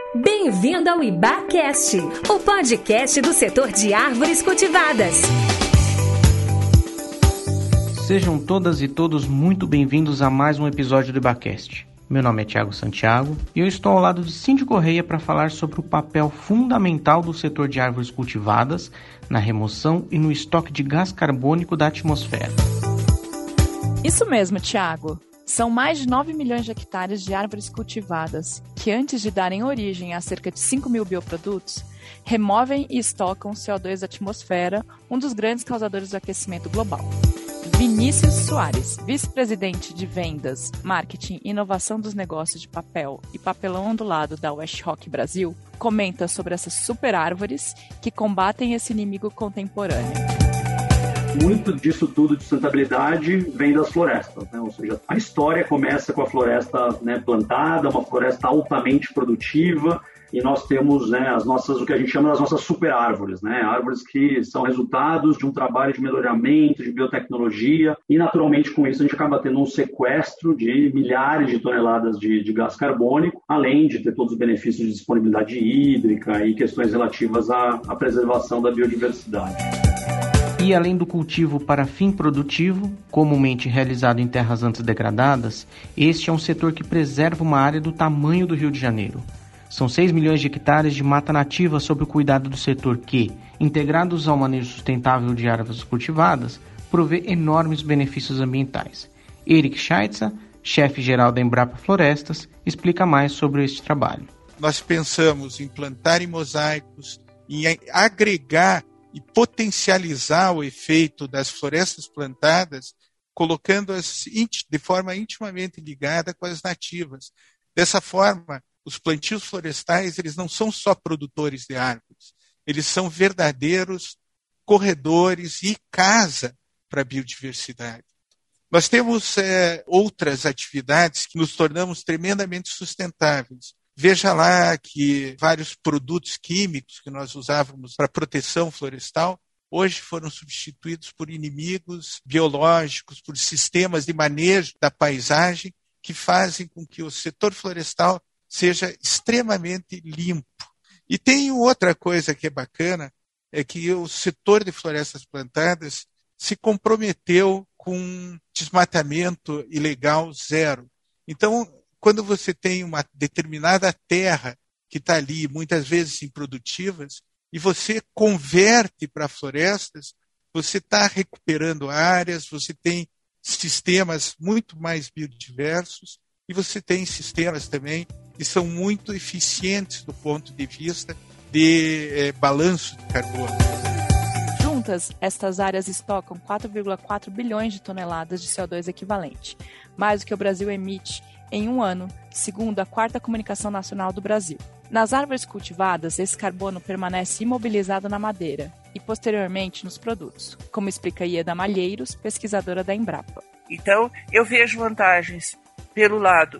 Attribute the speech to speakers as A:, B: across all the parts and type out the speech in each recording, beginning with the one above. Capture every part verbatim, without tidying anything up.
A: Bem-vindo ao IBAcast, o podcast do setor de árvores cultivadas.
B: Sejam todas e todos muito bem-vindos a mais um episódio do IBAcast. Meu nome é Thiago Santiago e eu estou ao lado de Cindy Correia para falar sobre o papel fundamental do setor de árvores cultivadas na remoção e no estoque de gás carbônico da atmosfera.
C: Isso mesmo, Thiago. São mais de nove milhões de hectares de árvores cultivadas que, antes de darem origem a cerca de cinco mil bioprodutos, removem e estocam C O dois da atmosfera, um dos grandes causadores do aquecimento global. Vinícius Soares, vice-presidente de Vendas, Marketing e Inovação dos Negócios de Papel e Papelão Ondulado da Westrock Brasil, comenta sobre essas super árvores que combatem esse inimigo contemporâneo.
D: Muito disso tudo de sustentabilidade vem das florestas, né? Ou seja, a história começa com a floresta, né, plantada, uma floresta altamente produtiva, e nós temos, né, as nossas, o que a gente chama das nossas super árvores, né? Árvores que são resultados de um trabalho de melhoramento, de biotecnologia, e naturalmente com isso a gente acaba tendo um sequestro de milhares de toneladas de, de gás carbônico, além de ter todos os benefícios de disponibilidade hídrica e questões relativas à, à preservação da biodiversidade.
B: E além do cultivo para fim produtivo, comumente realizado em terras antes degradadas, este é um setor que preserva uma área do tamanho do Rio de Janeiro. São seis milhões de hectares de mata nativa sob o cuidado do setor que, integrados ao manejo sustentável de árvores cultivadas, provê enormes benefícios ambientais. Eric Scheitzer, chefe-geral da Embrapa Florestas, explica mais sobre este trabalho.
E: Nós pensamos em plantar em mosaicos, em agregar e potencializar o efeito das florestas plantadas, colocando-as de forma intimamente ligada com as nativas. Dessa forma, os plantios florestais eles não são só produtores de árvores, eles são verdadeiros corredores e casa para a biodiversidade. Nós temos é, outras atividades que nos tornamos tremendamente sustentáveis. Veja lá que vários produtos químicos que nós usávamos para proteção florestal, hoje foram substituídos por inimigos biológicos, por sistemas de manejo da paisagem que fazem com que o setor florestal seja extremamente limpo. E tem outra coisa que é bacana, é que o setor de florestas plantadas se comprometeu com desmatamento ilegal zero. Então, quando você tem uma determinada terra que está ali, muitas vezes improdutivas, e você converte para florestas, você está recuperando áreas, você tem sistemas muito mais biodiversos e você tem sistemas também que são muito eficientes do ponto de vista de eh, balanço de carbono.
C: Juntas, estas áreas estocam quatro vírgula quatro bilhões de toneladas de C O dois equivalente, mais do que o Brasil emite em um ano, segundo a quarta Comunicação Nacional do Brasil. Nas árvores cultivadas, esse carbono permanece imobilizado na madeira e, posteriormente, nos produtos, como explica Ieda Malheiros, pesquisadora da Embrapa.
F: Então, eu vejo vantagens pelo lado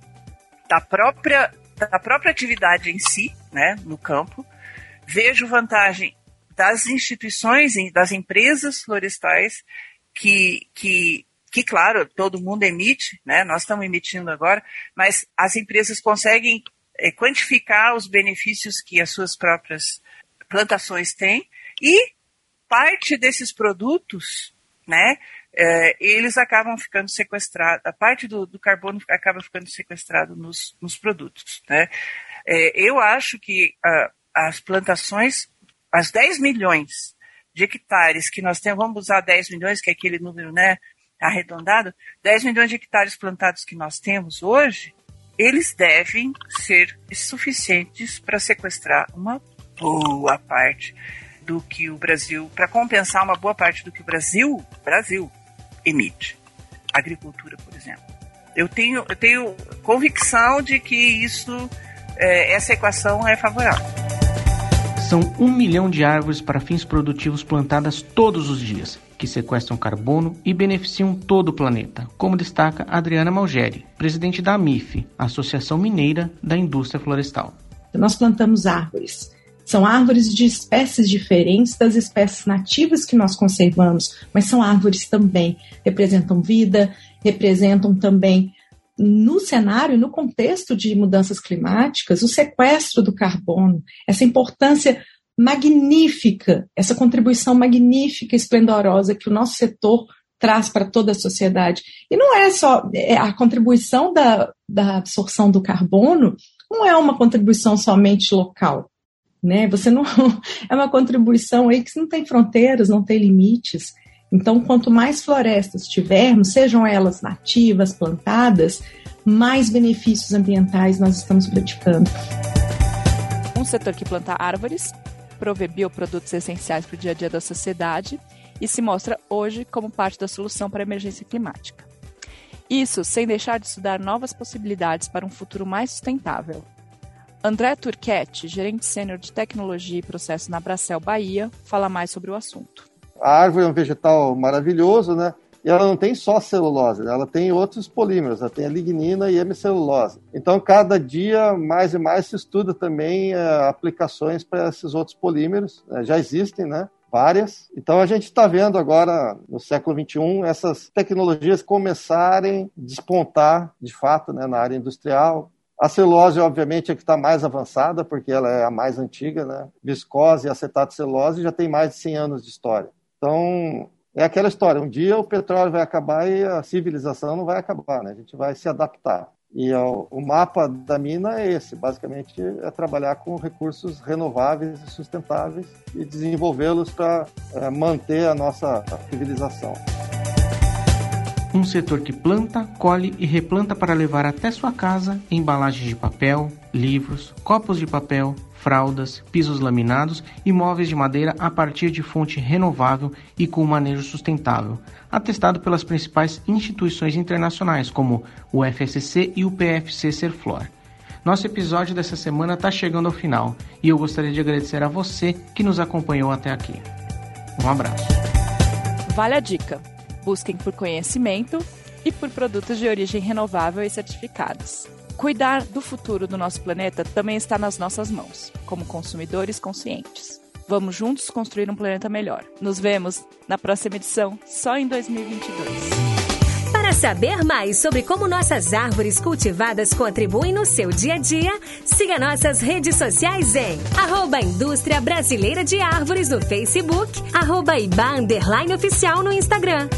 F: da própria, da própria atividade em si, né, no campo. Vejo vantagem das instituições, das empresas florestais que... que que, claro, todo mundo emite, né? Nós estamos emitindo agora, mas as empresas conseguem é, quantificar os benefícios que as suas próprias plantações têm e parte desses produtos, né, é, eles acabam ficando sequestrados, a parte do, do carbono acaba ficando sequestrado nos, nos produtos, né? É, eu acho que a, as plantações, as dez milhões de hectares que nós temos, vamos usar dez milhões, que é aquele número, né, arredondado, dez milhões de hectares plantados que nós temos hoje, eles devem ser suficientes para sequestrar uma boa parte do que o Brasil, para compensar uma boa parte do que o Brasil, Brasil emite. Agricultura, por exemplo. Eu tenho, eu tenho convicção de que isso, é, essa equação é favorável.
B: São um milhão de árvores para fins produtivos plantadas todos os dias, que sequestram carbono e beneficiam todo o planeta, como destaca Adriana Malgeri, presidente da AMIF, Associação Mineira da Indústria Florestal.
G: Nós plantamos árvores. São árvores de espécies diferentes das espécies nativas que nós conservamos, mas são árvores também, representam vida, representam também no cenário, no contexto de mudanças climáticas, o sequestro do carbono, essa importância magnífica, essa contribuição magnífica e esplendorosa que o nosso setor traz para toda a sociedade. E não é só a contribuição da, da absorção do carbono, não é uma contribuição somente local, né? Você não é uma contribuição aí que não tem fronteiras, não tem limites. Então, quanto mais florestas tivermos, sejam elas nativas, plantadas, mais benefícios ambientais nós estamos praticando.
C: Um setor que planta árvores, provê bioprodutos essenciais para o dia a dia da sociedade e se mostra hoje como parte da solução para a emergência climática. Isso sem deixar de estudar novas possibilidades para um futuro mais sustentável. André Turquette, gerente sênior de tecnologia e processo na Bracel Bahia, fala mais sobre o assunto.
H: A árvore é um vegetal maravilhoso, né? E ela não tem só celulose, né? Ela tem outros polímeros, ela tem a lignina e a hemicelulose. Então, cada dia, mais e mais, se estuda também uh, aplicações para esses outros polímeros. Uh, já existem, né? Várias. Então, a gente está vendo agora, no século vinte e um, essas tecnologias começarem a despontar, de fato, né, na área industrial. A celulose, obviamente, é que está mais avançada, porque ela é a mais antiga, né? Viscose e acetato de celulose já tem mais de cem anos de história. Então, é aquela história, um dia o petróleo vai acabar e a civilização não vai acabar, né? A gente vai se adaptar. E ó, o mapa da mina é esse, basicamente é trabalhar com recursos renováveis e sustentáveis e desenvolvê-los para é, manter a nossa civilização.
B: Um setor que planta, colhe e replanta para levar até sua casa embalagens de papel, livros, copos de papel, fraldas, pisos laminados e móveis de madeira a partir de fonte renovável e com manejo sustentável, atestado pelas principais instituições internacionais como o F S C e o P F C Serflor. Nosso episódio dessa semana está chegando ao final e eu gostaria de agradecer a você que nos acompanhou até aqui. Um abraço.
C: Vale a dica. Busquem por conhecimento e por produtos de origem renovável e certificados. Cuidar do futuro do nosso planeta também está nas nossas mãos, como consumidores conscientes. Vamos juntos construir um planeta melhor. Nos vemos na próxima edição, só em dois mil e vinte e dois.
A: Para saber mais sobre como nossas árvores cultivadas contribuem no seu dia a dia, siga nossas redes sociais em arroba Indústria Brasileira de Árvores no Facebook, arroba I B A underline oficial no Instagram.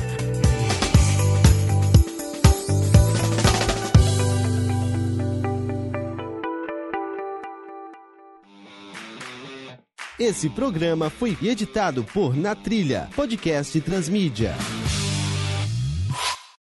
I: Esse programa foi editado por Na Trilha, podcast Transmídia.